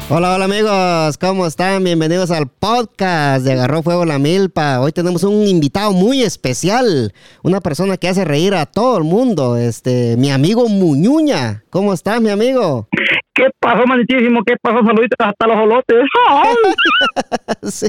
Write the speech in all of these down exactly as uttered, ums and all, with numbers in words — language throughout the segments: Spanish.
Hola, hola amigos, ¿cómo están? Bienvenidos al podcast de Agarró Fuego la Milpa. Hoy tenemos un invitado muy especial, una persona que hace reír a todo el mundo, este, mi amigo Muñuña. ¿Cómo estás, mi amigo? ¿Qué pasó, manitísimo? ¿Qué pasó? Saluditos hasta los olotes. sí.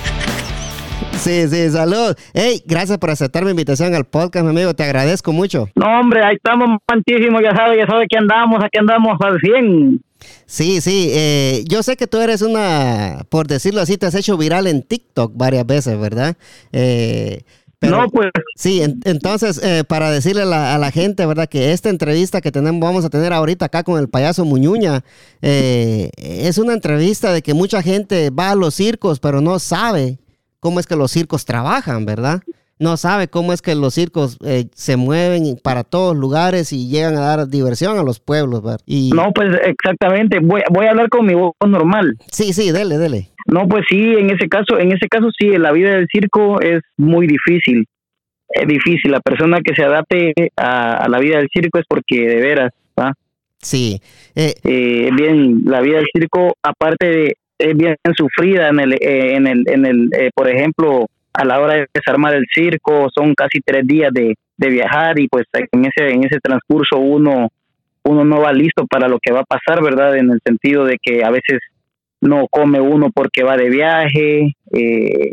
Sí, sí, salud. Hey, gracias por aceptar mi invitación al podcast, mi amigo. Te agradezco mucho. No, hombre, ahí estamos, manitísimo. Ya sabes, ya sabes que andamos, aquí andamos al cien. Sí, sí. Eh, yo sé que tú eres una, por decirlo así, te has hecho viral en TikTok varias veces, ¿verdad? Eh, pero, no, pues. Sí, en, entonces, eh, para decirle a la, a la gente, ¿verdad? Que esta entrevista que tenemos, vamos a tener ahorita acá con el payaso Muñuña, eh, es una entrevista de que mucha gente va a los circos, pero no sabe cómo es que los circos trabajan, ¿verdad? No sabe cómo es que los circos eh, se mueven para todos lugares y llegan a dar diversión a los pueblos, ¿verdad? Y... No, pues exactamente. Voy, voy a hablar con mi voz normal. Sí, sí, dele, dele. No, pues sí, en ese caso, en ese caso sí, la vida del circo es muy difícil. Es difícil. La persona que se adapte a, a la vida del circo es porque de veras, ¿ah? Sí. Eh, eh, bien, la vida del circo, aparte de es bien sufrida en el, eh, en el, en el, eh, por ejemplo, a la hora de desarmar el circo, son casi tres días de, de viajar y pues en ese, en ese transcurso uno, uno no va listo para lo que va a pasar, ¿verdad? En el sentido de que a veces no come uno porque va de viaje, eh,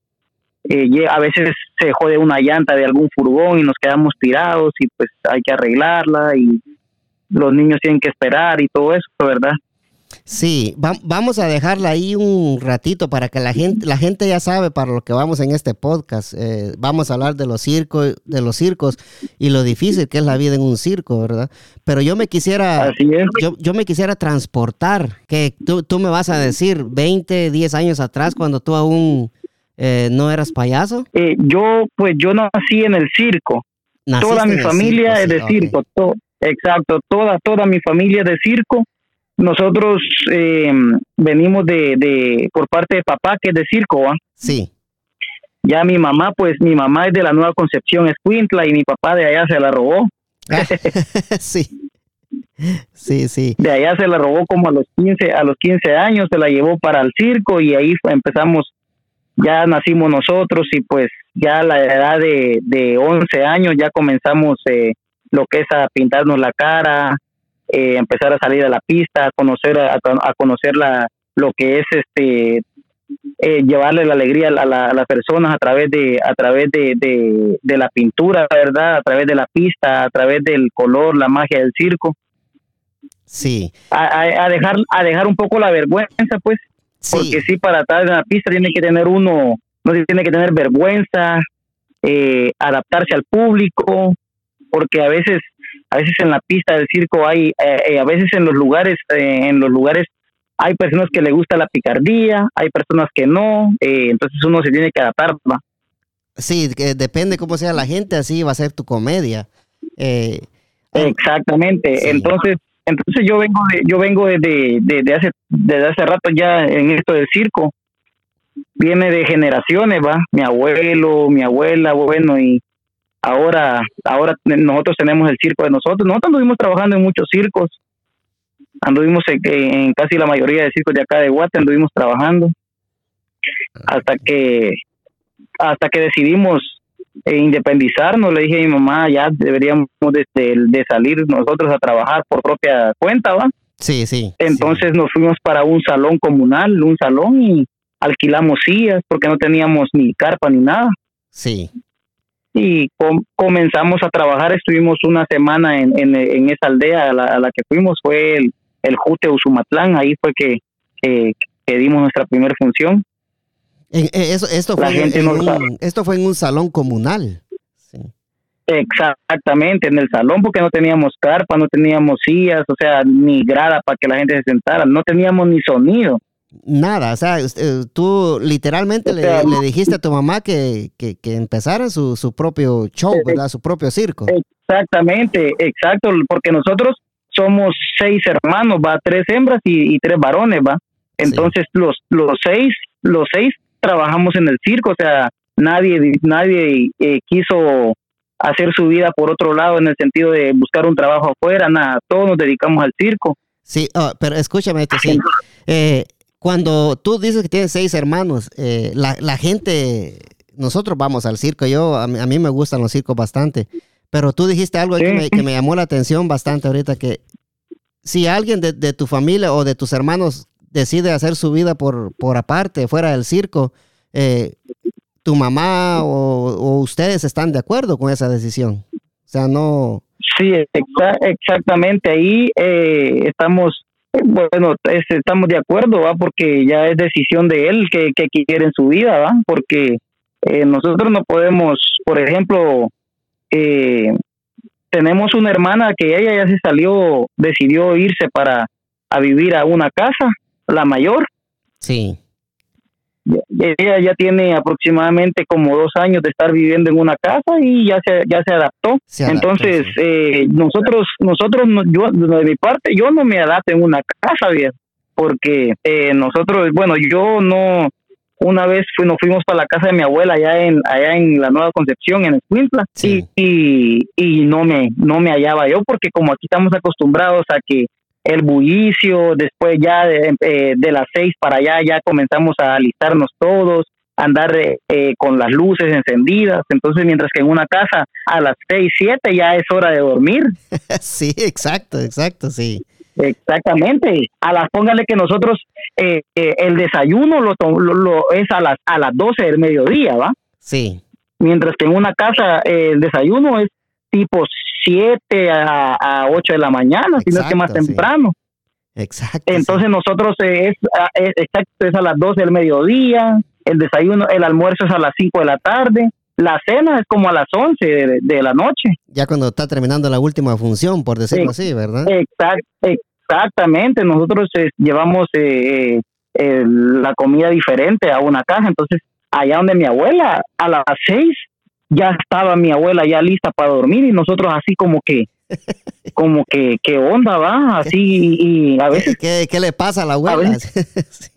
eh, a veces se jode una llanta de algún furgón y nos quedamos tirados y pues hay que arreglarla y los niños tienen que esperar y todo eso, ¿verdad? Sí, va, vamos a dejarla ahí un ratito para que la gente, la gente ya sabe para lo que vamos en este podcast. Eh, vamos a hablar de los circos, de los circos y lo difícil que es la vida en un circo, ¿verdad? Pero yo me quisiera, Así es. yo, yo me quisiera transportar, que tú, tú me vas a decir veinte, diez años atrás cuando tú aún eh, no eras payaso. Eh, yo, pues yo nací en el circo. Naciste toda mi familia circo, es de sí, circo. okay. To, exacto, toda, toda mi familia es de circo. Nosotros eh, venimos de, de, por parte de papá, que es de circo, ¿va? Sí. Ya mi mamá, pues mi mamá es de la Nueva Concepción, Escuintla, y mi papá de allá se la robó. sí. Sí, sí. De allá se la robó como a los quince, a los quince años, se la llevó para el circo y ahí empezamos, ya nacimos nosotros y pues ya a la edad de, de once años ya comenzamos eh, lo que es a pintarnos la cara, Eh, empezar a salir a la pista, a conocer a, a conocer la lo que es este eh, llevarle la alegría a, la, a las personas a través de a través de, de, de la pintura, ¿verdad? A través de la pista, a través del color, la magia del circo. Sí. A, a, a dejar a dejar un poco la vergüenza, pues, sí. Porque sí, para estar en la pista tiene que tener uno, no tiene que tener vergüenza, eh, adaptarse al público, porque a veces a veces en la pista del circo hay, eh, a veces en los lugares, eh, en los lugares hay personas que le gusta la picardía, hay personas que no, eh, entonces uno se tiene que adaptar, ¿va? Sí, que depende cómo sea la gente, así va a ser tu comedia. Eh, Exactamente, sí. entonces, entonces yo vengo de, yo vengo de, de, de, de hace, desde hace rato ya en esto del circo, viene de generaciones, va, mi abuelo, mi abuela, bueno, y Ahora, ahora nosotros tenemos el circo de nosotros. Nosotros anduvimos trabajando en muchos circos. Anduvimos en, en casi la mayoría de circos de acá de Guate, anduvimos trabajando. Hasta que, hasta que decidimos eh, independizarnos, le dije a mi mamá, ya deberíamos de, de, de salir nosotros a trabajar por propia cuenta, ¿va? Sí, sí. Entonces sí. nos fuimos para un salón comunal, un salón, y alquilamos sillas porque no teníamos ni carpa ni nada. Sí. Y com- comenzamos a trabajar, estuvimos una semana en, en, en esa aldea a la, a la que fuimos, fue el, el Jute Usumatlán, ahí fue que, que, que dimos nuestra primera función. En, eso, esto, fue en, en un, esto fue en un salón comunal. Sí. Exactamente, en el salón, porque no teníamos carpa, no teníamos sillas, o sea, ni grada para que la gente se sentara, no teníamos ni sonido. Nada, o sea, tú literalmente o sea, le, le dijiste a tu mamá que, que, que empezara su, su propio show, ¿verdad? Su propio circo. Exactamente, exacto, porque nosotros somos seis hermanos, va, tres hembras y, y tres varones, va. Entonces sí. los los seis, los seis trabajamos en el circo, o sea, nadie nadie eh, quiso hacer su vida por otro lado en el sentido de buscar un trabajo afuera, nada, todos nos dedicamos al circo. Sí, oh, pero escúchame esto, sí. Eh, cuando tú dices que tienes seis hermanos, eh, la, la gente, nosotros vamos al circo, yo a mí, a mí me gustan los circos bastante, pero tú dijiste algo Sí. que, me, que me llamó la atención bastante ahorita, que si alguien de, de tu familia o de tus hermanos decide hacer su vida por, por aparte, fuera del circo, eh, tu mamá o, o ustedes están de acuerdo con esa decisión. O sea, no... Sí, exa- exactamente. Ahí eh, estamos, eh, bueno, es- estamos de acuerdo, ¿va? Porque ya es decisión de él que, que quiere en su vida, ¿va? Porque eh, nosotros no podemos, por ejemplo, eh, tenemos una hermana que ella ya se salió, decidió irse para a vivir a una casa, la mayor. Sí. Ella ya tiene aproximadamente como dos años de estar viviendo en una casa y ya se ya se adaptó. Se adaptó, Entonces sí. eh, nosotros nosotros no- yo de mi parte yo no me adapto en una casa, bien, porque eh, nosotros bueno yo no una vez fui, nos fuimos para la casa de mi abuela allá en allá en la Nueva Concepción en Escuintla Sí. y, y y no me no me hallaba yo porque como aquí estamos acostumbrados a que el bullicio, después ya de, eh, de las seis para allá ya comenzamos a alistarnos todos, a andar eh, eh, con las luces encendidas, entonces mientras que en una casa a las seis, siete ya es hora de dormir. Sí, exacto, exacto, sí. Exactamente, a las póngale que nosotros eh, eh, el desayuno lo, to- lo, lo es a las a las doce del mediodía, ¿va? Sí, Mientras que en una casa eh, el desayuno es tipo siete a, a ocho de la mañana, si no es que más Exacto, sí. temprano. exacto. Entonces sí. nosotros eh, es, a- es, exacto, es a las doce del mediodía, el desayuno, el almuerzo es a las cinco de la tarde, la cena es como a las once de, de la noche. Ya cuando está terminando la última función, por decirlo así, ¿verdad? Exact, exactamente, nosotros eh, llevamos eh, eh, eh, la comida diferente a una casa, entonces allá donde mi abuela, a las seis ya estaba mi abuela ya lista para dormir y nosotros así como que, como que, ¿qué onda va? Así y, y a veces... ¿Qué, qué, qué le pasa a la abuela? A Sí.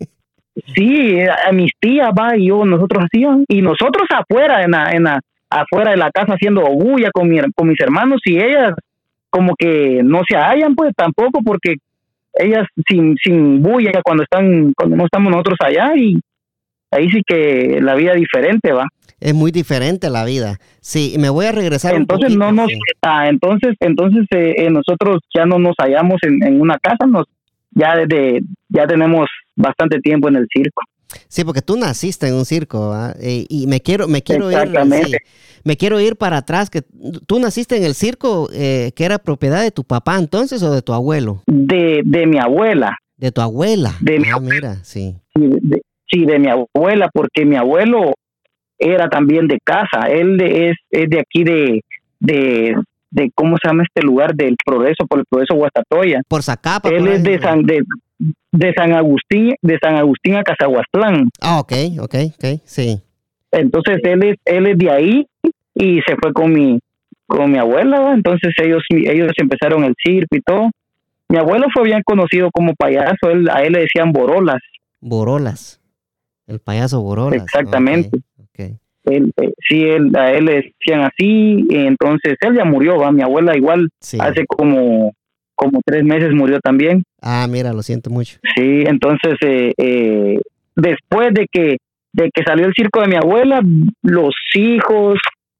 Sí, a mis tías va y yo, nosotros hacían, y nosotros afuera, en la, en la, afuera de la casa haciendo bulla con, mi, con mis hermanos y ellas como que no se hallan pues tampoco porque ellas sin, sin bulla cuando están, cuando no estamos nosotros allá y ahí sí que la vida es diferente va. Es muy diferente la vida. Sí, me voy a regresar Entonces un poquito. no nos, Sí. ah, entonces, entonces eh, eh, nosotros ya no nos hallamos en, en una casa, nos ya desde, ya tenemos bastante tiempo en el circo. Sí, porque tú naciste en un circo, ¿verdad? y, y me quiero, me quiero ir, Exactamente. sí, me quiero ir para atrás. Que tú naciste en el circo eh, que era propiedad de tu papá entonces o de tu abuelo, De, de mi abuela. de tu abuela. De mi ah, abuela. mira, sí. Sí de, sí, de mi abuela, porque mi abuelo era también de casa. Él de- es, es de aquí de, de, de, ¿cómo se llama este lugar? Del Progreso, por el Progreso Guastatoya. Por Zacapa. Él por es ahí, de ¿no? San, de, de San Agustín, de San Agustín a Cazahuastlán. Ah, ok, ok, ok, sí. Entonces él es, él es de ahí y se fue con mi, con mi abuela, ¿va? Entonces ellos, ellos empezaron el circo y todo. Mi abuelo fue bien conocido como payaso, él, a él le decían Borolas. Borolas. El payaso Borolas. Exactamente. Ok, ok. Él, eh, sí, él, a él le decían así, y entonces él ya murió, va, mi abuela igual Sí. hace como, como tres meses murió también. Ah, mira, lo siento mucho. Sí, entonces eh, eh, después de que, de que salió el circo de mi abuela, los hijos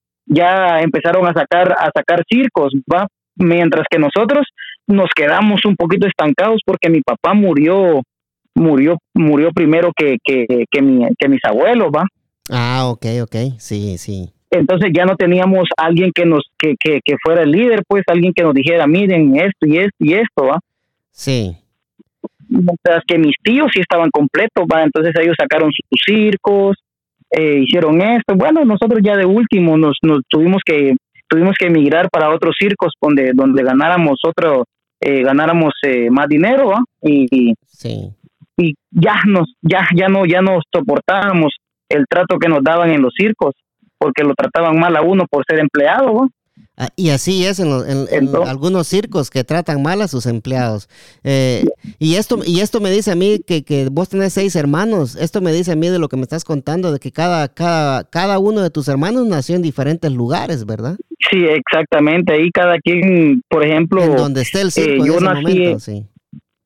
ya empezaron a sacar, a sacar circos, va, mientras que nosotros nos quedamos un poquito estancados porque mi papá murió, murió, murió primero que, que, que, mi, que mis abuelos, va. Ah, ok, ok, sí, sí. Entonces ya no teníamos alguien que nos que, que, que fuera el líder, pues alguien que nos dijera, miren esto y esto y esto, ¿va? Sí. Mientras que mis tíos sí estaban completos, ¿va? Entonces ellos sacaron sus circos, eh, hicieron esto. Bueno, nosotros ya de último nos, nos tuvimos que tuvimos que emigrar para otros circos donde donde ganáramos otro eh, ganáramos eh, más dinero, ¿va? Y, y Sí. y ya nos ya ya no ya no soportábamos el trato que nos daban en los circos porque lo trataban mal a uno por ser empleado, ¿no? Ah, y así es en, los- en- en Entonces- algunos circos que tratan mal a sus empleados. Eh, y esto y esto me dice a mí que, que vos tenés seis hermanos. Esto me dice a mí de lo que me estás contando, de que cada, cada, cada uno de tus hermanos nació en diferentes lugares, ¿verdad? Sí, exactamente. Ahí cada quien, por ejemplo, En donde esté el circo eh, en yo ese nací- momento, sí.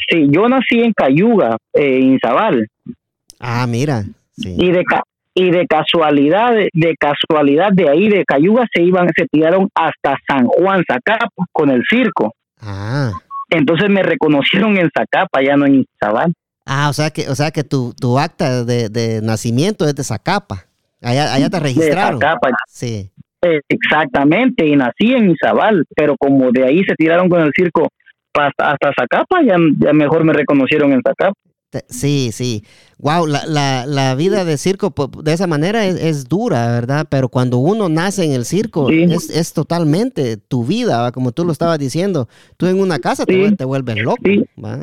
sí, yo nací en Cayuga, eh, en Izabal. Ah, mira. Sí. Y de ca- y de casualidad, de, de casualidad de ahí de Cayuga se iban, se tiraron hasta San Juan, Zacapa, con el circo. Ah. Entonces me reconocieron en Zacapa, ya no en Izabal. Ah, o sea que, o sea que tu, tu acta de, de nacimiento es de Zacapa. Allá, allá te registraron. De Zacapa. Sí. Eh, exactamente, y nací en Izabal, pero como de ahí se tiraron con el circo hasta, hasta Zacapa, ya, ya mejor me reconocieron en Zacapa. Sí, sí. Wow, la, la, la vida de circo de esa manera es, es dura, ¿verdad? Pero cuando uno nace en el circo, sí. es, es totalmente tu vida, ¿va? Como tú lo estabas diciendo. Tú en una casa sí. te, te vuelves loco, sí. ¿va?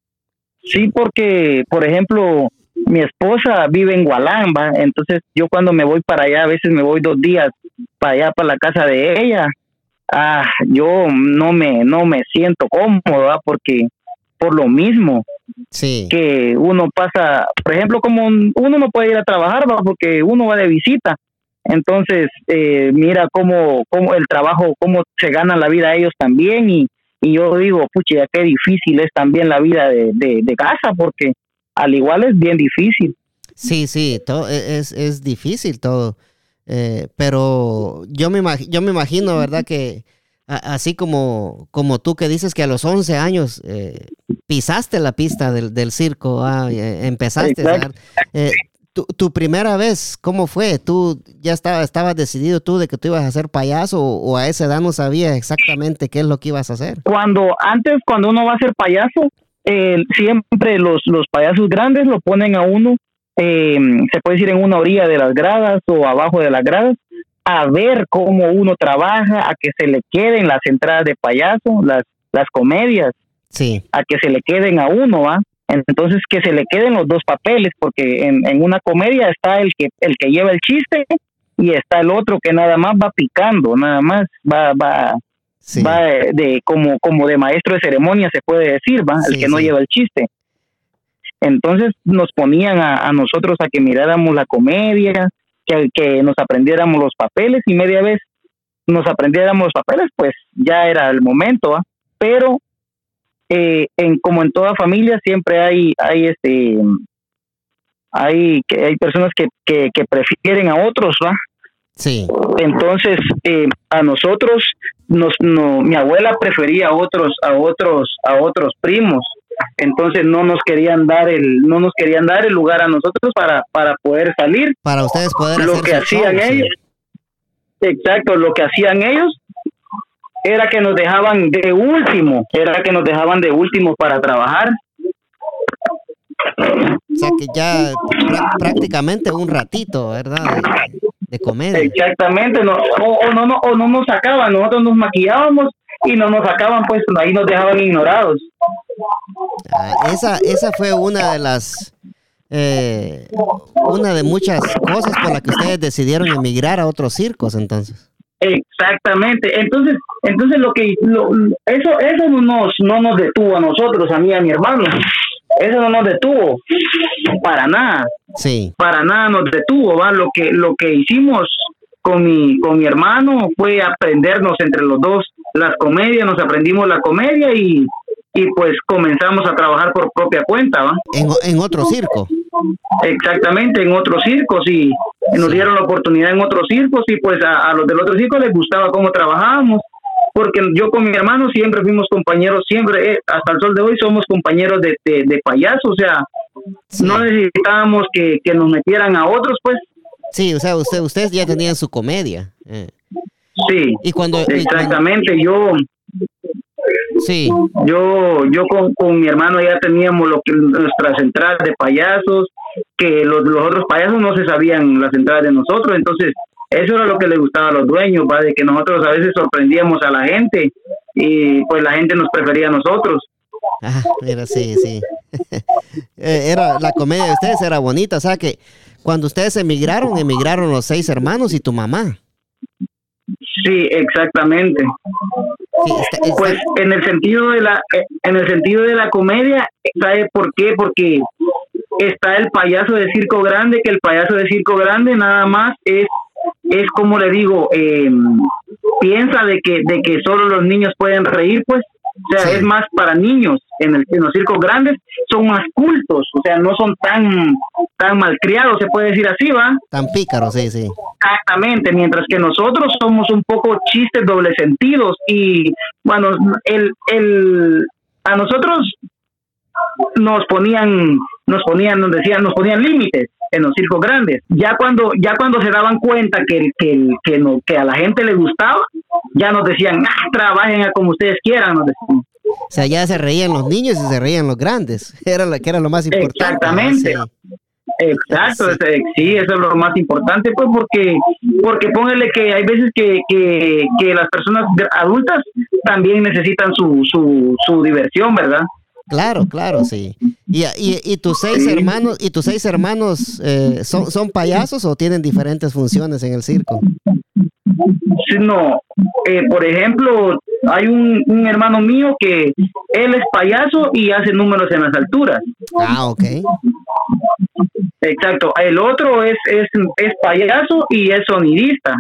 Sí, porque, por ejemplo, mi esposa vive en Gualán, ¿va? Entonces yo cuando me voy para allá, a veces me voy dos días para allá, para la casa de ella. Ah, yo no me, no me siento cómodo, ¿va? Porque por lo mismo sí. que uno pasa, por ejemplo, como uno no puede ir a trabajar, ¿va? Porque uno va de visita. Entonces, eh, mira cómo, cómo el trabajo, cómo se ganan la vida ellos también, y, y yo digo, pucha, qué difícil es también la vida de, de, de casa, porque al igual es bien difícil. Sí, sí, todo es, es difícil todo, eh, pero yo me, imag- yo me imagino, ¿verdad? Que a, así como, como tú que dices que a los once años eh, pisaste la pista del, del circo, ah, eh, empezaste a dar, eh, tu, tu primera vez, ¿cómo fue? ¿Tú ya estaba, estabas decidido tú de que tú ibas a ser payaso o, o a esa edad no sabías exactamente qué es lo que ibas a hacer? Cuando, antes, cuando uno va a ser payaso, eh, siempre los, los payasos grandes lo ponen a uno, eh, se puede decir en una orilla de las gradas o abajo de las gradas, a ver cómo uno trabaja, a que se le queden las entradas de payaso, las, las comedias, sí. a que se le queden a uno, ¿va? Entonces que se le queden los dos papeles, porque en, en una comedia está el que el que lleva el chiste y está el otro que nada más va picando, nada más va va sí. va de, de como como de maestro de ceremonia, se puede decir, va, sí, el que no sí. lleva el chiste. Entonces nos ponían a, a nosotros a que miráramos la comedia, que, que nos aprendiéramos los papeles, y media vez nos aprendiéramos los papeles, pues ya era el momento, ¿va? Pero Eh, en como en toda familia siempre hay hay este hay que hay personas que, que, que prefieren a otros, ¿va? Sí. Entonces eh, a nosotros nos no mi abuela prefería a otros a otros a otros primos, entonces no nos querían dar el no nos querían dar el lugar a nosotros para para poder salir, para ustedes poder lo hacer que hacían show, ellos sí. Exacto, lo que hacían ellos era que nos dejaban de último, era que nos dejaban de último para trabajar. O sea que ya pr- prácticamente un ratito, ¿verdad? De, de comedia. Exactamente, no, o, o, no, no, o no nos sacaban, nosotros nos maquillábamos y no nos sacaban, pues ahí nos dejaban ignorados. Ah, esa, esa fue una de las, eh, una de muchas cosas por las que ustedes decidieron emigrar a otros circos, entonces. Exactamente, entonces, entonces lo que lo, eso eso no nos no nos detuvo a nosotros, a mí y a mi hermano, eso no nos detuvo para nada, sí, para nada nos detuvo, va, lo que lo que hicimos con mi con mi hermano fue aprendernos entre los dos las comedias, nos aprendimos la comedia y y pues comenzamos a trabajar por propia cuenta, ¿va? En, en otro circo. Exactamente, en otros circos, y nos sí. dieron la oportunidad en otros circos, y pues a, a los del otro circo les gustaba cómo trabajábamos, porque yo con mi hermano siempre fuimos compañeros, siempre, eh, hasta el sol de hoy somos compañeros de, de, de payaso, o sea, sí. No necesitábamos que, que nos metieran a otros, pues. Sí, o sea, usted, ustedes ya tenían su comedia. Eh. Sí, y cuando, exactamente, y cuando... yo... Sí. Yo yo con, con mi hermano ya teníamos lo que nuestras entradas de payasos, que los, los otros payasos no se sabían las entradas de nosotros, entonces eso era lo que les gustaba a los dueños, ¿va? De que nosotros a veces sorprendíamos a la gente y pues la gente nos prefería a nosotros. Ah, mira, sí, sí. Era, la comedia de ustedes era bonita, o sea que cuando ustedes emigraron, emigraron los seis hermanos y tu mamá. Sí, exactamente. Sí, está, está... Pues en el sentido de la en el sentido de la comedia, ¿sabe por qué? Porque está el payaso de circo grande, que el payaso de circo grande nada más es es como le digo, eh, piensa de que de que solo los niños pueden reír, pues, O sea, sí. Es más para niños. En, el, en los circos grandes son más cultos, o sea, no son tan tan malcriados, se puede decir así, ¿va? Tan pícaros, sí, sí. Exactamente, mientras que nosotros somos un poco chistes doble sentidos y, bueno, el, el, a nosotros nos ponían, nos ponían, nos decían, nos ponían límites en los circos grandes. Ya cuando, ya cuando se daban cuenta que, que, que, no, que a la gente le gustaba, ya nos decían, ah, trabajen como ustedes quieran, nos decían. O sea, ya se reían los niños y se reían los grandes. Era lo que era lo más importante. Exactamente. Sí. Exacto, sí. sí, eso es lo más importante, pues, porque porque póngale que hay veces que, que, que las personas adultas también necesitan su, su, su diversión, ¿verdad? Claro, claro, sí. ¿Y, y, y tus seis sí. hermanos, y tus seis hermanos eh, son, son payasos o tienen diferentes funciones en el circo? No, eh, por ejemplo, hay un, un hermano mío que él es payaso y hace números en las alturas. Ah, ok. Exacto. El otro es, es, es payaso y es sonidista.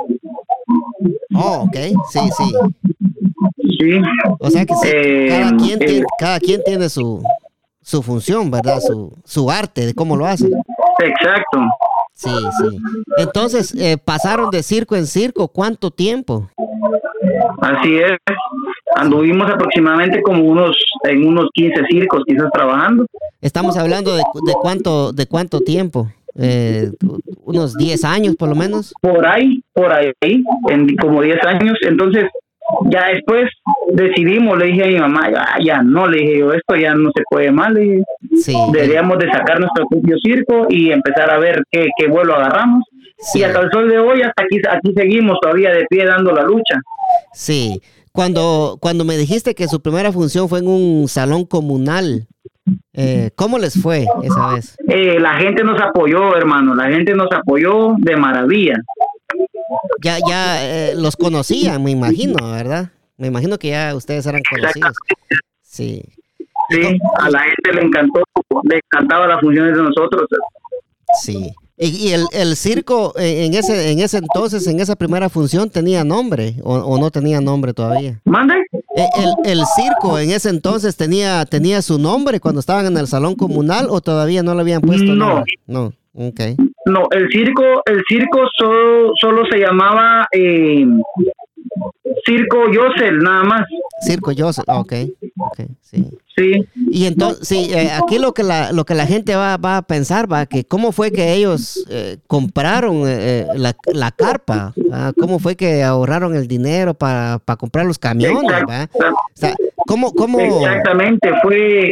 Oh, ok. Sí, sí. Sí. O sea que sí, eh, cada, quien eh, tiene, cada quien tiene su, su función, ¿verdad? Su, su arte de cómo lo hace. Exacto. Sí, sí. Entonces, eh, pasaron de circo en circo, ¿cuánto tiempo? Así es. Anduvimos aproximadamente como unos, en unos quince circos quizás trabajando. Estamos hablando de, de cuánto, de cuánto tiempo, eh, unos diez años por lo menos. Por ahí, por ahí, en como diez años. Entonces, ya después decidimos, le dije a mi mamá, ya, ya no, le dije yo, esto ya no se puede más, le dije, sí, deberíamos de sacar nuestro propio circo y empezar a ver qué, qué vuelo agarramos. Sí. Y hasta el sol de hoy, hasta aquí, aquí seguimos todavía de pie dando la lucha. Sí, cuando, cuando me dijiste que su primera función fue en un salón comunal, eh, ¿cómo les fue esa vez? Eh, la gente nos apoyó, hermano, la gente nos apoyó de maravilla. Ya, ya eh, los conocían, me imagino, ¿verdad? Me imagino que ya ustedes eran conocidos. Sí. Sí, a la gente le encantó, le encantaba las funciones de nosotros. Sí. ¿Y, y el, el circo en ese en ese entonces, en esa primera función, tenía nombre o, o no tenía nombre todavía? ¿Mande? El, el circo en ese entonces tenía tenía su nombre cuando estaban en el salón comunal o todavía no le habían puesto no. nombre? No. Okay. No, el circo, el circo solo, solo se llamaba eh, Circo Yosel, nada más. Circo Yosel, okay, okay, sí. Sí. Y entonces, sí, eh, aquí lo que la lo que la gente va, va a pensar, va, que cómo fue que ellos eh, compraron eh, la, la carpa, ¿va? Cómo fue que ahorraron el dinero para, para comprar los camiones, ¿va? O sea, ¿cómo, cómo? Exactamente, fue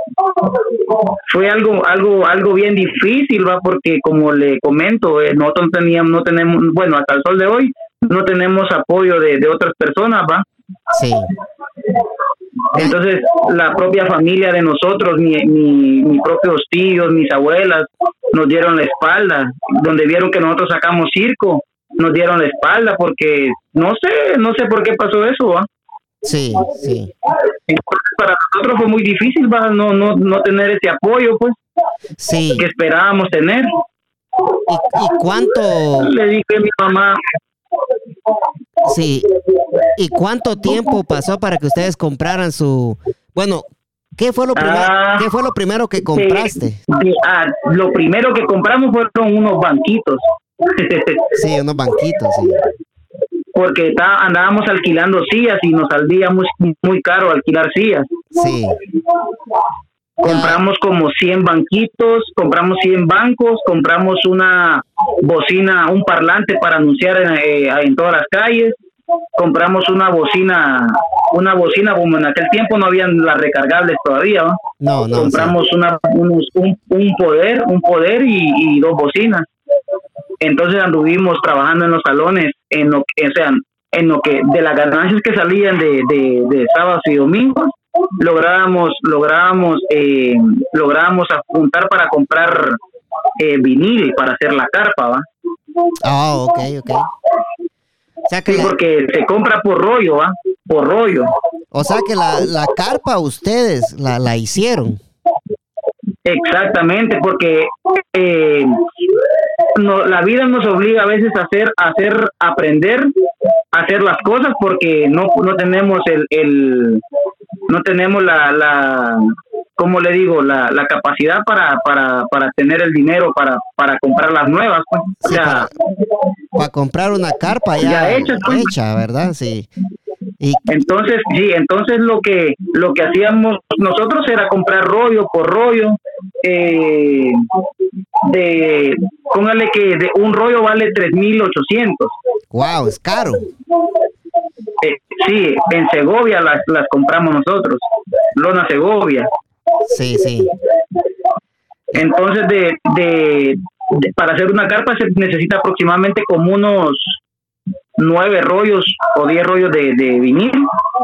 fue algo algo algo bien difícil, va, porque como le comento, eh, nosotros teníamos no tenemos, bueno, hasta el sol de hoy no tenemos apoyo de, de otras personas, va. Sí. Entonces la propia familia de nosotros, mi, mi, mis propios tíos, mis abuelas, nos dieron la espalda. Donde vieron que nosotros sacamos circo, nos dieron la espalda porque no sé, no sé por qué pasó eso, ¿va? Sí, sí. Entonces, para nosotros fue muy difícil, ¿va? No, no, no tener ese apoyo, pues, sí, que esperábamos tener. ¿Y, y cuánto? Le dije a mi mamá. Sí. ¿Y cuánto tiempo pasó para que ustedes compraran su... Bueno, ¿qué fue lo, primer... ah, ¿qué fue lo primero que compraste? Sí, ah, lo primero que compramos fueron unos banquitos. Sí, unos banquitos, sí. Porque está, andábamos alquilando sillas y nos salía muy, muy caro alquilar sillas. Sí. Compramos como cien banquitos, compramos cien bancos, compramos una bocina, un parlante para anunciar en, eh, en todas las calles, compramos una bocina, una bocina como en aquel tiempo no habían las recargables todavía, ¿no? No, no. Compramos sí. una, unos, un, un poder, un poder y, y dos bocinas. Entonces anduvimos trabajando en los salones, en lo que, o sea, en lo que de las ganancias que salían de, de, de sábados y domingos, lográbamos lográbamos eh, lográbamos apuntar para comprar eh, vinil para hacer la carpa, ¿va? Ah, oh, okay, okay. O sea que sí, la... porque se compra por rollo, ¿va? Por rollo. O sea que la, la carpa ustedes la, la hicieron. Exactamente, porque eh, no, la vida nos obliga a veces a hacer, a hacer, aprender a hacer las cosas porque no, no tenemos el, el no tenemos la, la ¿cómo le digo? La, la capacidad para, para, para tener el dinero para, para comprar las nuevas, pues. Sí, o sea, para, para comprar una carpa ya, ya hecha, pues. hecha, ¿verdad? Sí. Y entonces, sí, entonces lo que lo que hacíamos nosotros era comprar rollo por rollo, eh, de, póngale que de un rollo vale tres mil ochocientos. Wow, es caro. Eh, sí, en Segovia las, las compramos nosotros, lona Segovia. Sí, sí. Entonces, de, de, de para hacer una carpa se necesita aproximadamente como unos nueve rollos o diez rollos de, de vinil.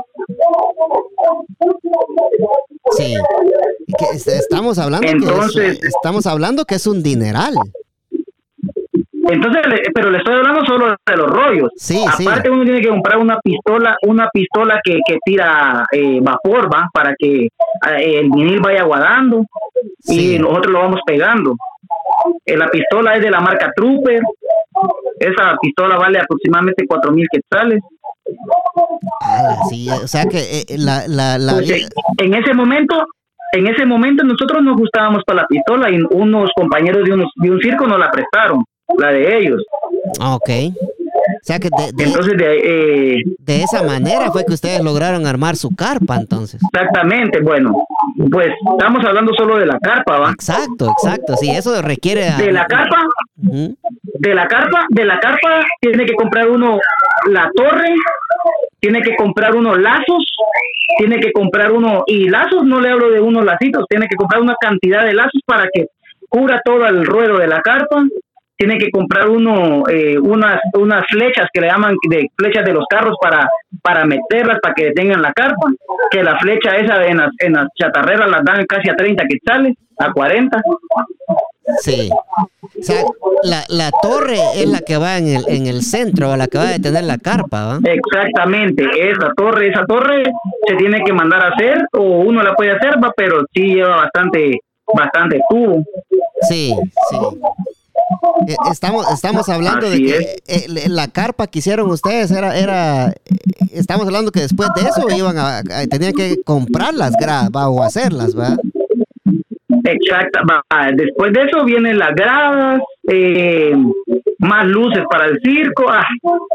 Sí. Que estamos hablando entonces, que es, estamos hablando que es un dineral. Entonces, pero le estoy hablando solo de los rollos. Sí, aparte sí. Uno tiene que comprar una pistola, una pistola que, que tira eh, vapor, va, para que eh, el vinil vaya aguadando, sí. Y nosotros lo vamos pegando. Eh, la pistola es de la marca Trooper. Esa pistola vale aproximadamente cuatro mil quetzales. Ah, sí, o sea que eh, la, la, la... Entonces, en ese momento, en ese momento nosotros nos gustábamos para la pistola y unos compañeros de, unos, de un circo nos la prestaron, la de ellos. Ok. O sea que de, de, entonces de, eh, de esa manera fue que ustedes lograron armar su carpa, entonces. Exactamente, bueno, pues estamos hablando solo de la carpa, ¿va? Exacto, exacto, sí, eso requiere... De la carpa, uh-huh. de la carpa, de la carpa tiene que comprar uno la torre, tiene que comprar unos lazos, tiene que comprar uno, y lazos no le hablo de unos lacitos, tiene que comprar una cantidad de lazos para que cubra todo el ruedo de la carpa. Tiene que comprar uno eh, unas unas flechas que le llaman de flechas de los carros para para meterlas para que detengan la carpa, que la flecha esa en las, en las chatarreras las dan casi a treinta quetzales, a cuarenta. Sí. O sea, la, la torre es la que va en el en el centro, la que va a detener la carpa, ¿va? Exactamente, esa torre, esa torre se tiene que mandar a hacer, o uno la puede hacer, va, pero sí lleva bastante bastante tubo. Sí, sí. Estamos estamos hablando Así de que eh, la carpa que hicieron ustedes era era estamos hablando que después de eso iban a, a tenían que comprar las gradas, va, o hacerlas, ¿verdad? Exacto, va. Después de eso vienen las gradas, eh, más luces para el circo. Ah,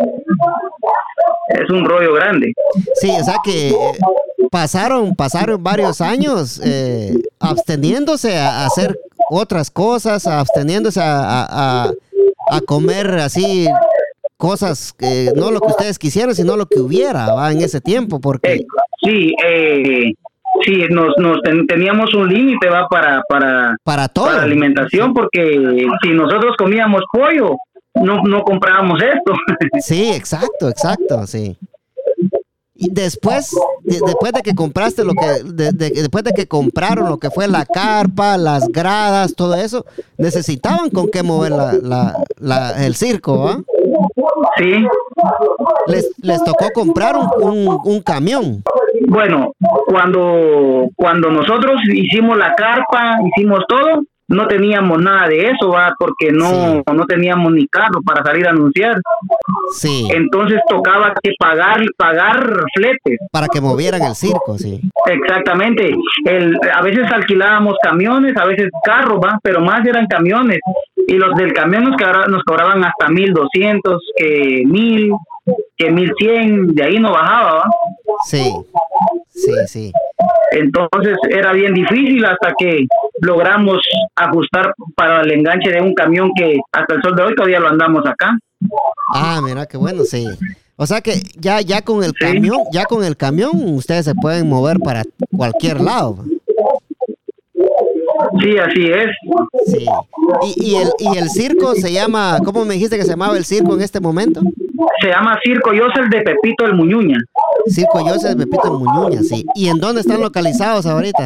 es un rollo grande. Sí, o sea que eh, pasaron pasaron varios años eh, absteniéndose a, a hacer otras cosas, absteniéndose a, a, a, a comer así cosas, eh, no lo que ustedes quisieran, sino lo que hubiera, ¿va? En ese tiempo, porque... Eh, sí, eh, sí, nos, nos ten, teníamos un límite, ¿va? Para, para, para todo. Para la alimentación, sí. Porque si nosotros comíamos pollo, no, no comprábamos esto. Sí, exacto, exacto, sí. Y después, de, después de que compraste lo que, de, de, después de que compraron lo que fue la carpa, las gradas, todo eso, necesitaban con qué mover la, la, la, el circo, ¿ah? Sí. Les, les tocó comprar un, un, un camión. Bueno, cuando, cuando nosotros hicimos la carpa, hicimos todo, no teníamos nada de eso, ¿va? Porque no, sí. no teníamos ni carro para salir a anunciar. Sí. Entonces tocaba que pagar pagar fletes. Para que movieran el circo, sí. Exactamente. El, a veces alquilábamos camiones, a veces carros, ¿va? Pero más eran camiones. Y los del camión nos, cobraban, nos cobraban hasta mil doscientos, que mil, que mil cien, de ahí no bajaba, ¿va? Sí, sí, sí. Entonces era bien difícil hasta que logramos ajustar para el enganche de un camión que hasta el sol de hoy todavía lo andamos acá. Ah, mira, qué bueno, sí. O sea que ya ya con el sí. camión, ya con el camión ustedes se pueden mover para cualquier lado. Sí, así es. Sí. Y, y el y el circo se llama, ¿cómo me dijiste que se llamaba el circo en este momento? Se llama Circo Joseph de Pepito el Muñuña. Circo Joseph de Pepito el Muñuña, sí. ¿Y en dónde están localizados ahorita?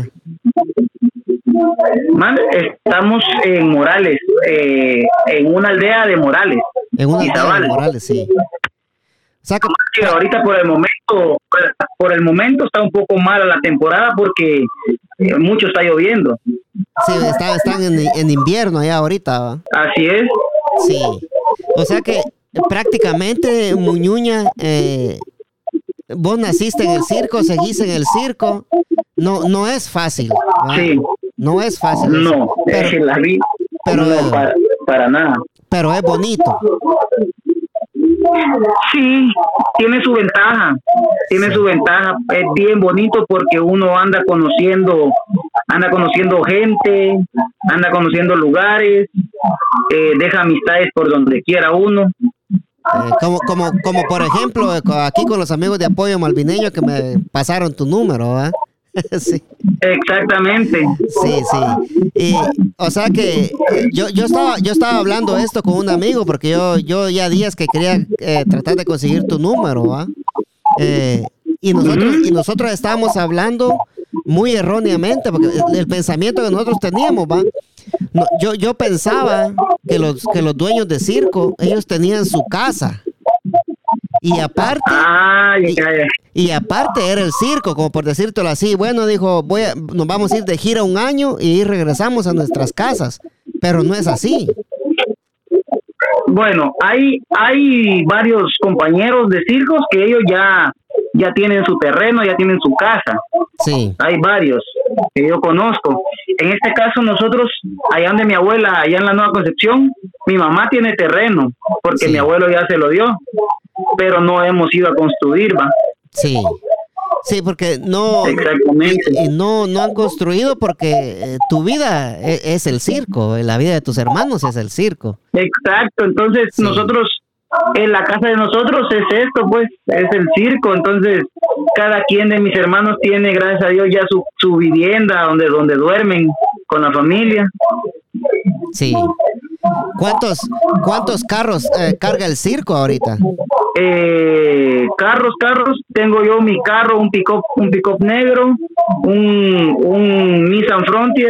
Man, estamos en Morales, eh, en una aldea de Morales. En una aldea de Morales, sí. O sea que, sí, ahorita por el momento, por el momento está un poco mala la temporada porque eh, mucho está lloviendo. Sí, está, están en, en invierno allá ahorita, ¿va? Así es. Sí. O sea que prácticamente Muñuña eh, vos naciste en el circo, seguís en el circo. No, no es fácil. ¿verdad? Sí. No es fácil. No, eso. Pero, es la vida. pero, no, para, para nada. Pero es bonito. Sí, tiene su ventaja, tiene sí. su ventaja, es bien bonito porque uno anda conociendo, anda conociendo gente, anda conociendo lugares, eh, deja amistades por donde quiera uno. Eh, como, como, como por ejemplo, aquí con los amigos de Apoyo Malvineño que me pasaron tu número, ¿verdad? Sí. Exactamente. Sí, sí. Y, o sea que yo, yo estaba, yo estaba hablando esto con un amigo porque yo, yo ya días que quería eh, tratar de conseguir tu número, ¿va? Eh, y nosotros, y nosotros estábamos hablando muy erróneamente porque el, el pensamiento que nosotros teníamos, ¿va? No, yo, yo pensaba que los, que los dueños de circo, ellos tenían su casa. Y aparte, ah, ya, ya. Y, y aparte era el circo, como por decírtelo así. Bueno, dijo, voy a, nos vamos a ir de gira un año y regresamos a nuestras casas. Pero no es así. Bueno, hay hay varios compañeros de circos que ellos ya ya tienen su terreno, ya tienen su casa. Sí. Hay varios que yo conozco. En este caso nosotros, allá donde mi abuela, allá en la Nueva Concepción, mi mamá tiene terreno, porque sí. mi abuelo ya se lo dio, pero no hemos ido a construir, ¿va? Sí. Sí, porque no, Exactamente. Y, y no, no han construido porque eh, tu vida es, es el circo, la vida de tus hermanos es el circo. Exacto, entonces sí. nosotros, en la casa de nosotros es esto, pues, es el circo, entonces cada quien de mis hermanos tiene, gracias a Dios, ya su, su vivienda donde, donde duermen con la familia. Sí. ¿Cuántos, cuántos carros eh, carga el circo ahorita? Eh, carros, carros, tengo yo mi carro, un pick-up, un pick-up negro, un, un Nissan Frontier,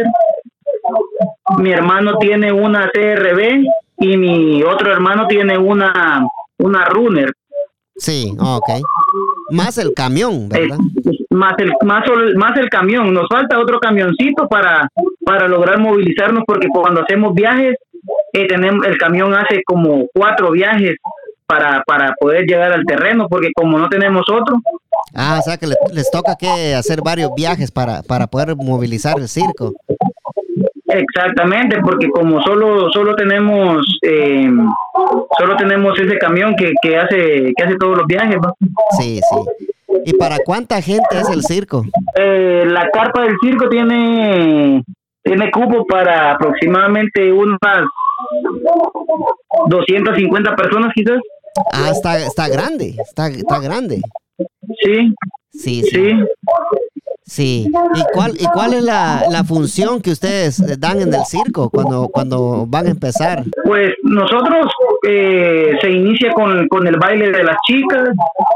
mi hermano tiene una C R V y mi otro hermano tiene una, una Runner. Sí, ok. Más el camión, ¿verdad? Eh, más el más, más el camión. Nos falta otro camioncito para, para lograr movilizarnos porque cuando hacemos viajes, eh, tenemos el camión hace como cuatro viajes para, para poder llegar al terreno porque como no tenemos otro. Ah, o sea que les, les toca que hacer varios viajes para, para poder movilizar el circo. Exactamente, porque como solo solo tenemos eh, solo tenemos ese camión que, que hace que hace todos los viajes, ¿no? Sí, sí. ¿Y para cuánta gente es el circo? Eh, la carpa del circo tiene tiene cupo para aproximadamente unas doscientas cincuenta personas quizás. Ah, está está grande, está está grande. Sí. Sí, sí. Sí. Sí. ¿Y cuál y cuál es la, la función que ustedes dan en el circo cuando cuando van a empezar? Pues nosotros eh, se inicia con, con el baile de las chicas,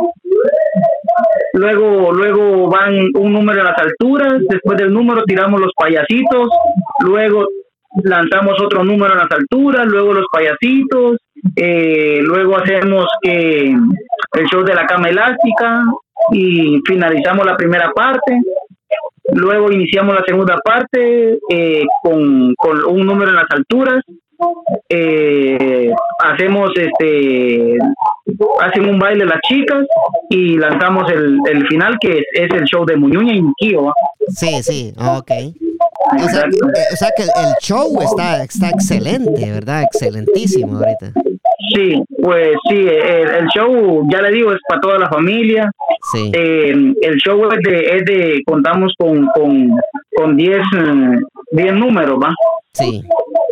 luego luego van un número a las alturas, después del número tiramos los payasitos, luego lanzamos otro número a las alturas, luego los payasitos, eh, luego hacemos que el show de la cama elástica y finalizamos la primera parte. Luego iniciamos la segunda parte eh, con, con un número en las alturas. Eh, hacemos este hacen un baile las chicas y lanzamos el, el final que es, es el show de Muñuña y Muquillo, ¿va? Sí, sí, ok. O sea, o sea que el, el show está, está excelente, ¿verdad? Excelentísimo ahorita. Sí, pues sí, el, el show, ya le digo, es para toda la familia. Sí. Eh, el show es de, es de contamos con con con diez números, ¿va? Sí.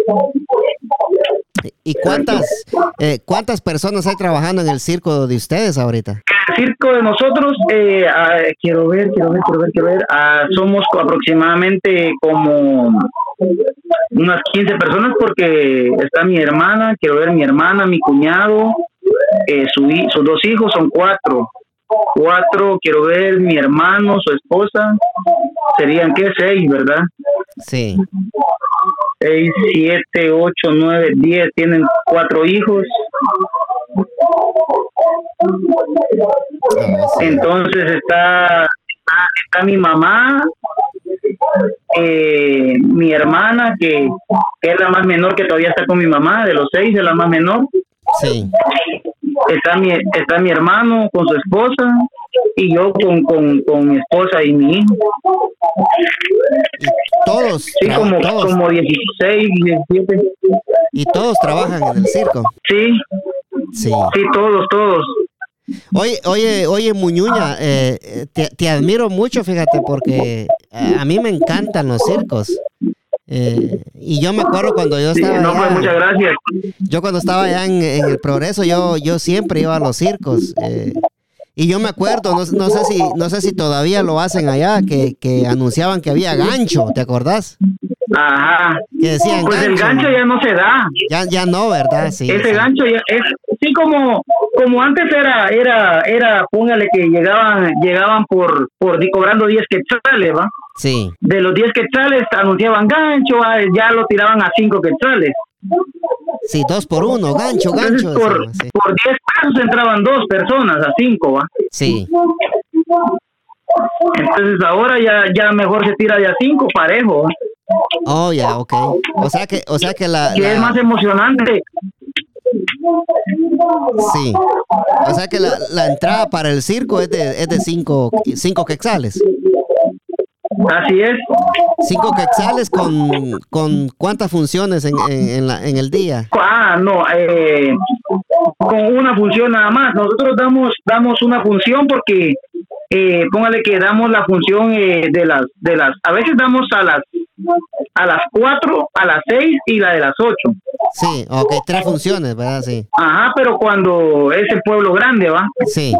¿Y cuántas eh, cuántas personas hay trabajando en el circo de ustedes ahorita? El circo de nosotros, eh, ah, quiero ver, quiero ver, quiero ver, quiero ver, ah, somos aproximadamente como unas quince personas porque está mi hermana, quiero ver mi hermana, mi cuñado, eh, su, sus dos hijos, son cuatro. Cuatro, quiero ver mi hermano, su esposa, serían ¿qué? Seis, ¿verdad? Sí. Seis, siete, ocho, nueve, diez, tienen cuatro hijos. Oh, sí. Entonces está, está, está mi mamá, eh, mi hermana, que, que es la más menor, que todavía está con mi mamá, de los seis, es la más menor. Sí. Está mi, está mi hermano con su esposa, y yo con, con, con mi esposa y mi hijo. ¿Y todos? Sí, como, todos. como dieciséis, diecisiete. ¿Y todos trabajan en el circo? Sí. Sí. Sí, todos, todos. Oye, oye, oye, Muñuña, eh, te, te admiro mucho, fíjate, porque a mí me encantan los circos. Eh, y yo me acuerdo cuando yo estaba sí, no, allá, pues muchas gracias. Yo cuando estaba allá en, en el Progreso, yo, yo siempre iba a los circos. Eh, y yo me acuerdo, no, no sé si, no sé si todavía lo hacen allá, que, que anunciaban que había gancho, ¿te acordás? Ajá. Que decían pues gancho. el gancho ya no se da. Ya, ya no, ¿verdad? Sí. Ese sí. gancho ya es, sí, como, como antes era, era, era, póngale que llegaban, llegaban por, por cobrando diez quetzales, ¿va? Sí. De los diez quetzales anunciaban gancho, ya lo tiraban a cinco quetzales. Sí, dos por uno, gancho, gancho. Entonces, por, decían, sí. por diez pesos entraban dos personas a cinco, ¿va? Sí. Entonces ahora ya, ya mejor se tira de a cinco parejo, ¿va? Oh, ya, yeah, okay. O sea que, o sea que la, que la... es más emocionante. Sí. O sea que la, la entrada para el circo es de, es de cinco, cinco quetzales. Así es. Cinco quetzales con, con ¿cuántas funciones en, en, en, la, en el día? Ah, no, eh, con una función nada más. Nosotros damos damos una función porque, eh, póngale que damos la función eh, de las de las. A veces damos a las a las cuatro, a las seis y la de las ocho. Sí, ok, tres funciones, ¿verdad? Sí. Ajá, pero cuando es el pueblo grande, ¿va? Sí.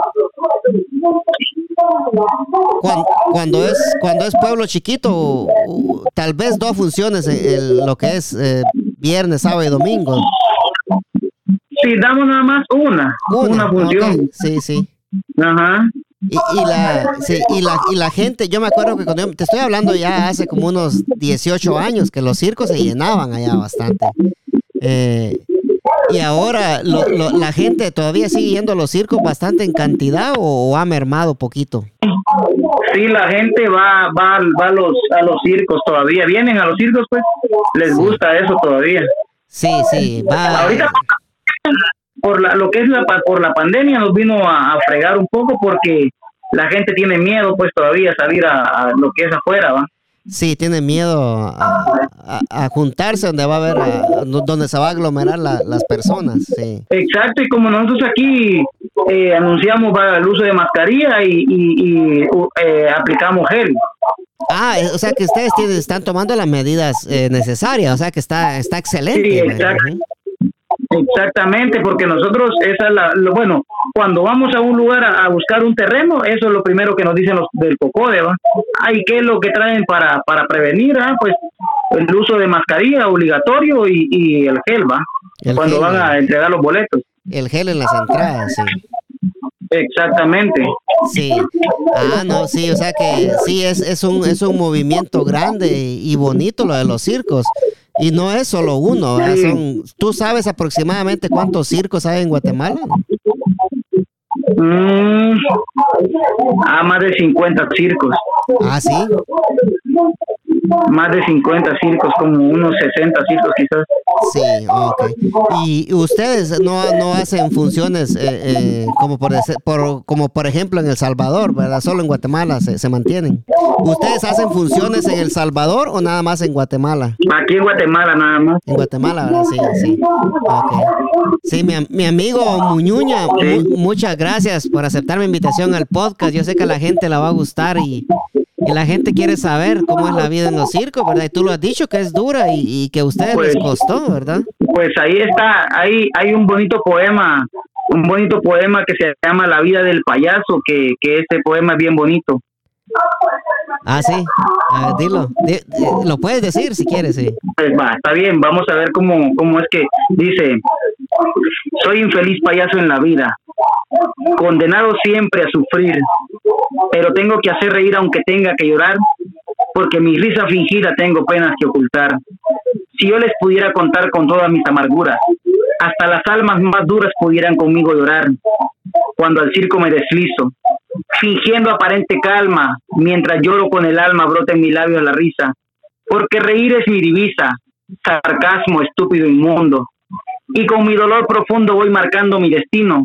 Cuando, cuando es cuando es pueblo chiquito, uh, tal vez dos funciones en, en lo que es eh, viernes, sábado y domingo. Sí, damos nada más una, una, una función. Okay. Sí, sí. Ajá. Y, y la sí, y la y la gente, yo me acuerdo que cuando yo, te estoy hablando ya hace como unos dieciocho años que los circos se llenaban allá bastante. Eh, y ahora lo, lo, la gente todavía sigue yendo a los circos bastante en cantidad o, o ha mermado poquito. Sí, la gente va va va a los a los circos todavía, vienen a los circos, pues les sí. gusta eso todavía. Sí, sí, va. Ahorita por la, lo que es la por la pandemia nos vino a, a fregar un poco porque la gente tiene miedo pues todavía salir a, a lo que es afuera, ¿va? Sí, tiene miedo a, a, a juntarse donde va a haber, a, donde se va a aglomerar la, las personas, sí. Exacto, y como nosotros aquí eh, anunciamos va, el uso de mascarilla y, y, y eh, aplicamos gel. Ah, o sea que ustedes tienen, están tomando las medidas eh, necesarias, o sea que está está excelente. Sí, exacto. ¿Eh? Exactamente, porque nosotros, esa es la, lo, bueno, cuando vamos a un lugar a, a buscar un terreno, eso es lo primero que nos dicen los del COCODE, ¿va? Ay, ¿qué es lo que traen para, para prevenir? ¿Ah? Pues el uso de mascarilla obligatorio y, y el gel, ¿va? El cuando gel, van a entregar los boletos. El gel en las entradas, sí. Exactamente. Sí. Ah, no, sí, o sea que sí, es, es, un, es un movimiento grande y bonito lo de los circos. Y no es solo uno, ¿verdad? Son, ¿tú sabes aproximadamente cuántos circos hay en Guatemala? Mm, ah, más de cincuenta circos. Ah, ¿sí? Más de cincuenta circos, como unos sesenta circos quizás. Sí, ok. ¿Y ustedes no, no hacen funciones eh, eh, como, por, por, como por ejemplo en El Salvador, ¿verdad? Solo en Guatemala se, se mantienen. ¿Ustedes hacen funciones en El Salvador o nada más en Guatemala? Aquí en Guatemala nada más. En Guatemala, ¿verdad? Sí, sí. Okay. Sí, mi, mi amigo Muñuña, sí. mu muchas gracias por aceptar mi invitación al podcast. Yo sé que a la gente la va a gustar y... Y la gente quiere saber cómo es la vida en los circos, ¿verdad? Y tú lo has dicho que es dura y, y que a ustedes pues, les costó, ¿verdad? Pues ahí está, ahí hay un bonito poema, un bonito poema que se llama La vida del payaso, que, que este poema es bien bonito. Ah, sí. A ver, dilo. D lo puedes decir si quieres, sí. Pues va, está bien, vamos a ver cómo, cómo es que dice: soy infeliz payaso en la vida, condenado siempre a sufrir, pero tengo que hacer reír aunque tenga que llorar, porque mi risa fingida tengo penas que ocultar. Si yo les pudiera contar con todas mis amarguras, hasta las almas más duras pudieran conmigo llorar. Cuando al circo me deslizo, fingiendo aparente calma, mientras lloro con el alma brota en mi labio la risa, porque reír es mi divisa, sarcasmo estúpido inmundo, y con mi dolor profundo voy marcando mi destino,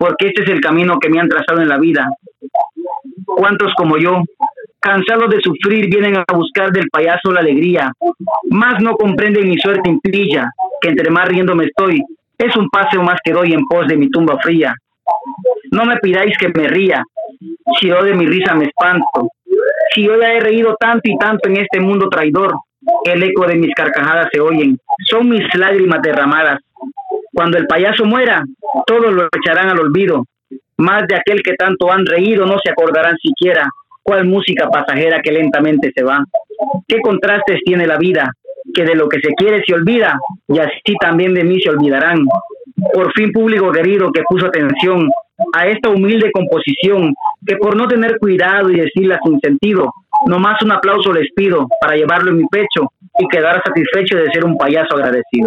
porque este es el camino que me han trazado en la vida. ¿Cuántos como yo, cansados de sufrir, vienen a buscar del payaso la alegría? Más no comprenden mi suerte implilla, que entre más riéndome estoy, es un paseo más que doy en pos de mi tumba fría. No me pidáis que me ría, si yo de mi risa me espanto. Si yo ya he reído tanto y tanto en este mundo traidor, el eco de mis carcajadas se oyen, son mis lágrimas derramadas. Cuando el payaso muera, todos lo echarán al olvido. Más de aquel que tanto han reído no se acordarán siquiera. Cuál música pasajera que lentamente se va. Qué contrastes tiene la vida, que de lo que se quiere se olvida, y así también de mí se olvidarán. Por fin, público querido que puso atención a esta humilde composición, que por no tener cuidado y decirla sin sentido, nomás un aplauso les pido para llevarlo en mi pecho y quedar satisfecho de ser un payaso agradecido.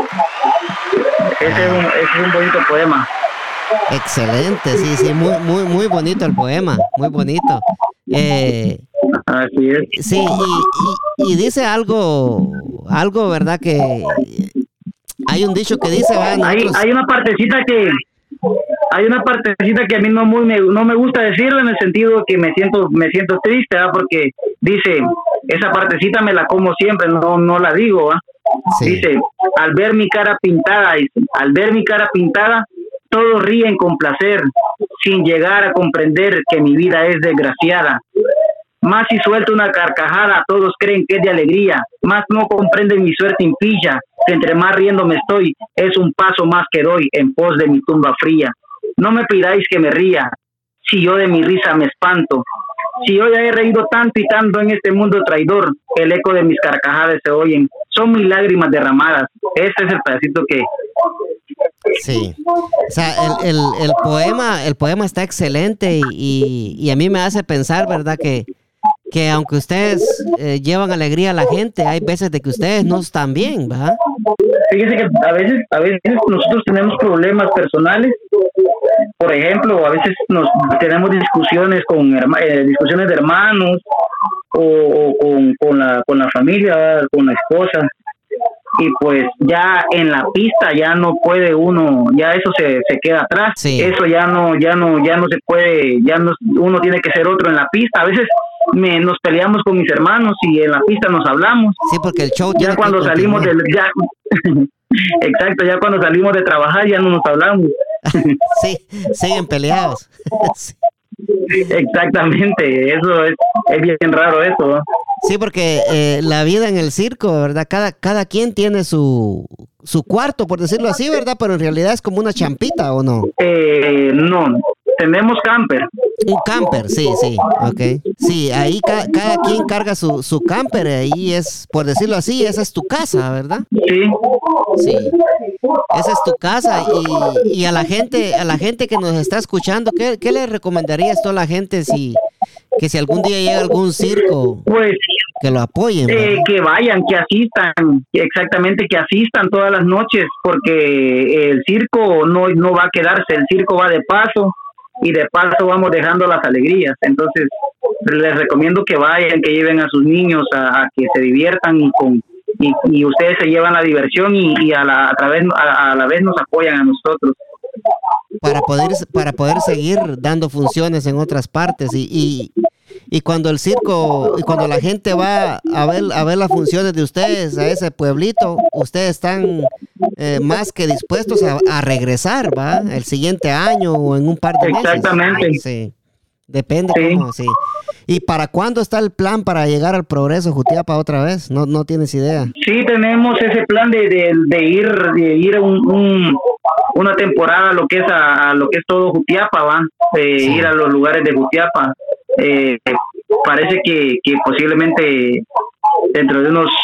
Ese es un, ese es un bonito poema. Excelente, sí, sí, muy, muy, muy bonito el poema, muy bonito. Eh, Así es. Sí, y, y, y dice algo, algo, ¿verdad? Que hay un dicho que dice, ¿verdad? Nosotros... hay, hay una partecita que hay una partecita que a mí no muy me, no me gusta decirlo, en el sentido que me siento me siento triste, ¿verdad? Porque dice, esa partecita me la como siempre, no no la digo, ¿verdad? Sí. Dice, al ver mi cara pintada, dice, al ver mi cara pintada, todos ríen con placer, sin llegar a comprender que mi vida es desgraciada. Más si suelto una carcajada, todos creen que es de alegría. Más no comprenden mi suerte impilla, que entre más riendo me estoy, es un paso más que doy en pos de mi tumba fría. No me pidáis que me ría, si yo de mi risa me espanto. Si yo ya he reído tanto y tanto en este mundo traidor, el eco de mis carcajadas se oyen. Son mis lágrimas derramadas. Este es el pedacito que... Sí, o sea, el, el, el poema el poema está excelente y, y, y a mí me hace pensar, ¿verdad? Que, que aunque ustedes eh, llevan alegría a la gente, hay veces de que ustedes no están bien, ¿verdad? Fíjese que a veces, a veces nosotros tenemos problemas personales. Por ejemplo, a veces nos tenemos discusiones con eh, discusiones de hermanos o, o con, con la con la familia, con la esposa. Y pues ya en la pista ya no puede uno, ya eso se, se queda atrás. Sí. Eso ya no ya no ya no se puede, ya no, uno tiene que ser otro en la pista. A veces me, nos peleamos con mis hermanos y en la pista nos hablamos. Sí, porque el show ya cuando salimos del ya exacto, ya cuando salimos de trabajar ya no nos hablamos. Sí, siguen peleados. Sí. Exactamente, eso es, es bien raro eso, ¿no? Sí, porque eh, la vida en el circo, ¿verdad? Cada, cada quien tiene su, su cuarto, por decirlo así, ¿verdad? Pero en realidad es como una champita, ¿o no? Eh, no, tenemos camper. Un camper, sí, sí, ok. Sí, ahí ca- cada quien carga su, su camper, ahí es, por decirlo así, esa es tu casa, ¿verdad? Sí. Sí, esa es tu casa y, y a la gente, a la gente que nos está escuchando, ¿qué, qué le recomendarías tú a la gente si... que si algún día llega algún circo, pues que lo apoyen, eh, que vayan, que asistan, exactamente, que asistan todas las noches, porque el circo no, no va a quedarse, el circo va de paso y de paso vamos dejando las alegrías. Entonces les recomiendo que vayan, que lleven a sus niños a, a que se diviertan y con y, y ustedes se llevan la diversión y, y a, la, a, través, a, a la vez nos apoyan a nosotros. Para poder, para poder seguir dando funciones en otras partes y, y, y cuando el circo, y cuando la gente va a ver, a ver las funciones de ustedes a ese pueblito, ustedes están eh, más que dispuestos a, a regresar, ¿va? El siguiente año o en un par de meses. Exactamente. Sí. Depende sí. cómo, sí. ¿Y para cuándo está el plan para llegar al Progreso Jutiapa otra vez? No, no tienes idea. Sí, tenemos ese plan de, de, de ir, de ir un, un una temporada a lo que es a, a lo que es todo Jutiapa, va, eh, sí. Ir a los lugares de Jutiapa. Eh, parece que, que posiblemente dentro de unos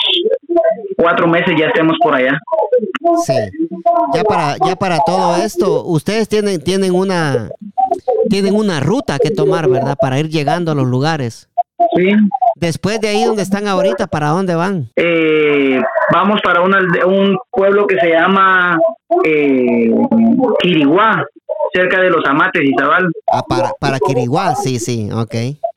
cuatro meses ya estemos por allá. Sí. Ya para, ya para todo esto, ustedes tienen, tienen una, tienen una ruta que tomar, ¿verdad? Para ir llegando a los lugares. Sí. Después de ahí donde están ahorita, ¿para dónde van? Eh, vamos para una, un pueblo que se llama eh, Quiriguá, cerca de los Amates y Izabal. Ah, para, para Quiriguá, sí, sí, ok.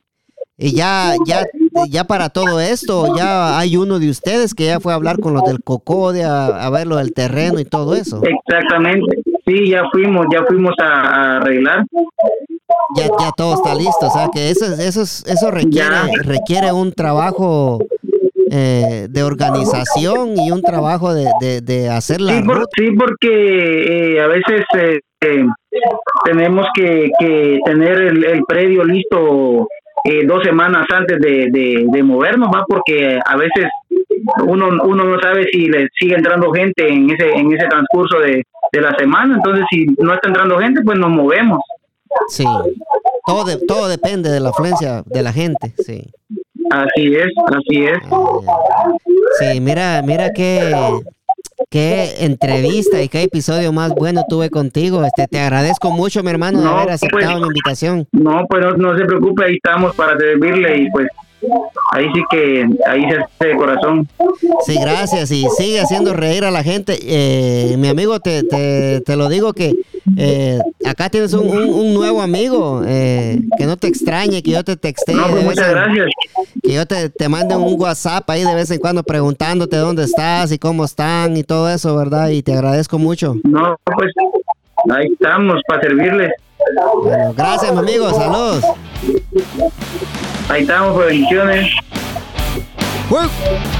Y ya, ya, ya para todo esto, ya hay uno de ustedes que ya fue a hablar con los del Cocode, a, a ver lo del terreno y todo eso. Exactamente. sí, ya fuimos, ya fuimos a, a arreglar. Ya, ya todo está listo, o sea que eso, eso, eso requiere, requiere un trabajo eh, de organización y un trabajo de, de, de hacer la sí, por, ruta. Sí, porque eh, a veces eh, eh, tenemos que, que tener el, el predio listo eh, dos semanas antes de, de, de movernos, ¿va? Porque a veces uno uno no sabe si le sigue entrando gente en ese en ese transcurso de, de la semana, entonces si no está entrando gente, pues nos movemos. Sí, todo de, todo depende de la afluencia de la gente, sí. Así es, así es. Sí, mira, mira qué, qué entrevista y qué episodio más bueno tuve contigo. Este, te agradezco mucho, mi hermano, de No, haber aceptado pues, mi invitación. No, pues no, no se preocupe, ahí estamos para servirle y pues ahí sí que, ahí se hace de corazón. Sí, gracias, y sigue haciendo reír a la gente. Eh, mi amigo, te, te, te lo digo que eh, acá tienes un, un, un nuevo amigo, eh, que no te extrañe, que yo te textee. No, pues muchas en, gracias. Que yo te, te mande un WhatsApp ahí de vez en cuando preguntándote dónde estás y cómo están y todo eso, ¿verdad? Y te agradezco mucho. No, pues ahí estamos para servirles. Bueno, gracias, mi amigo, saludos. Ahí estamos, bendiciones. ¡Fuego!